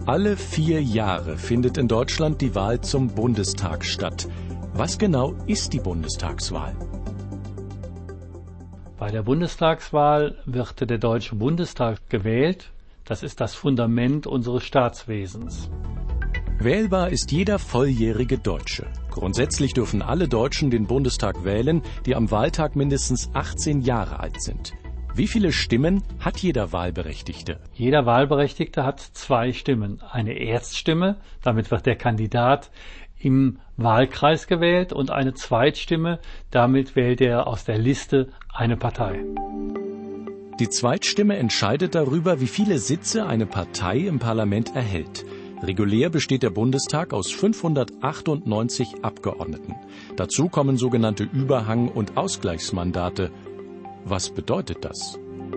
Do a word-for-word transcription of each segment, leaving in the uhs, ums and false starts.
Alle vier Jahre findet in Deutschland die Wahl zum Bundestag statt. Was genau ist die Bundestagswahl? Bei der Bundestagswahl wird der Deutsche Bundestag gewählt. Das ist das Fundament unseres Staatswesens. Wählbar ist jeder volljährige Deutsche. Grundsätzlich dürfen alle Deutschen den Bundestag wählen, die am Wahltag mindestens achtzehn Jahre alt sind. Wie viele Stimmen hat jeder Wahlberechtigte? Jeder Wahlberechtigte hat zwei Stimmen. Eine Erststimme, damit wird der Kandidat im Wahlkreis gewählt, und eine Zweitstimme, damit wählt er aus der Liste eine Partei. Die Zweitstimme entscheidet darüber, wie viele Sitze eine Partei im Parlament erhält. Regulär besteht der Bundestag aus fünfhundertachtundneunzig Abgeordneten. Dazu kommen sogenannte Überhang- und Ausgleichsmandate. Was bedeutet das?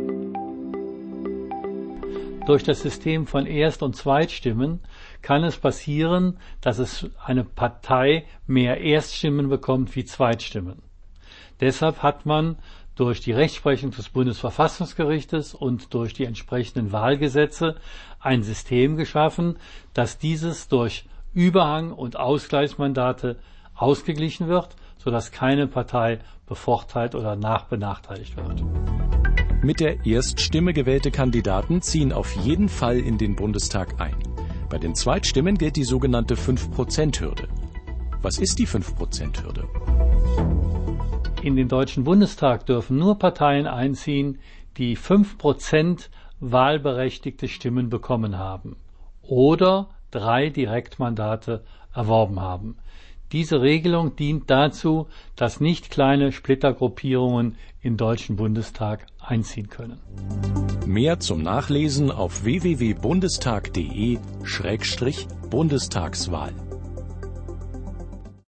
Durch das System von Erst- und Zweitstimmen kann es passieren, dass es eine Partei mehr Erststimmen bekommt wie Zweitstimmen. Deshalb hat man durch die Rechtsprechung des Bundesverfassungsgerichtes und durch die entsprechenden Wahlgesetze ein System geschaffen, dass dieses durch Überhang- und Ausgleichsmandate ausgeglichen wird, sodass keine Partei bevorteilt oder nachbenachteiligt wird. Mit der Erststimme gewählte Kandidaten ziehen auf jeden Fall in den Bundestag ein. Bei den Zweitstimmen gilt die sogenannte fünf Prozent Hürde. Was ist die fünf Prozent Hürde? In den Deutschen Bundestag dürfen nur Parteien einziehen, die fünf Prozent wahlberechtigte Stimmen bekommen haben oder drei Direktmandate erworben haben. Diese Regelung dient dazu, dass nicht kleine Splittergruppierungen im Deutschen Bundestag einziehen können. Mehr zum Nachlesen auf w w w punkt bundestag punkt de Schrägstrich Bundestagswahl.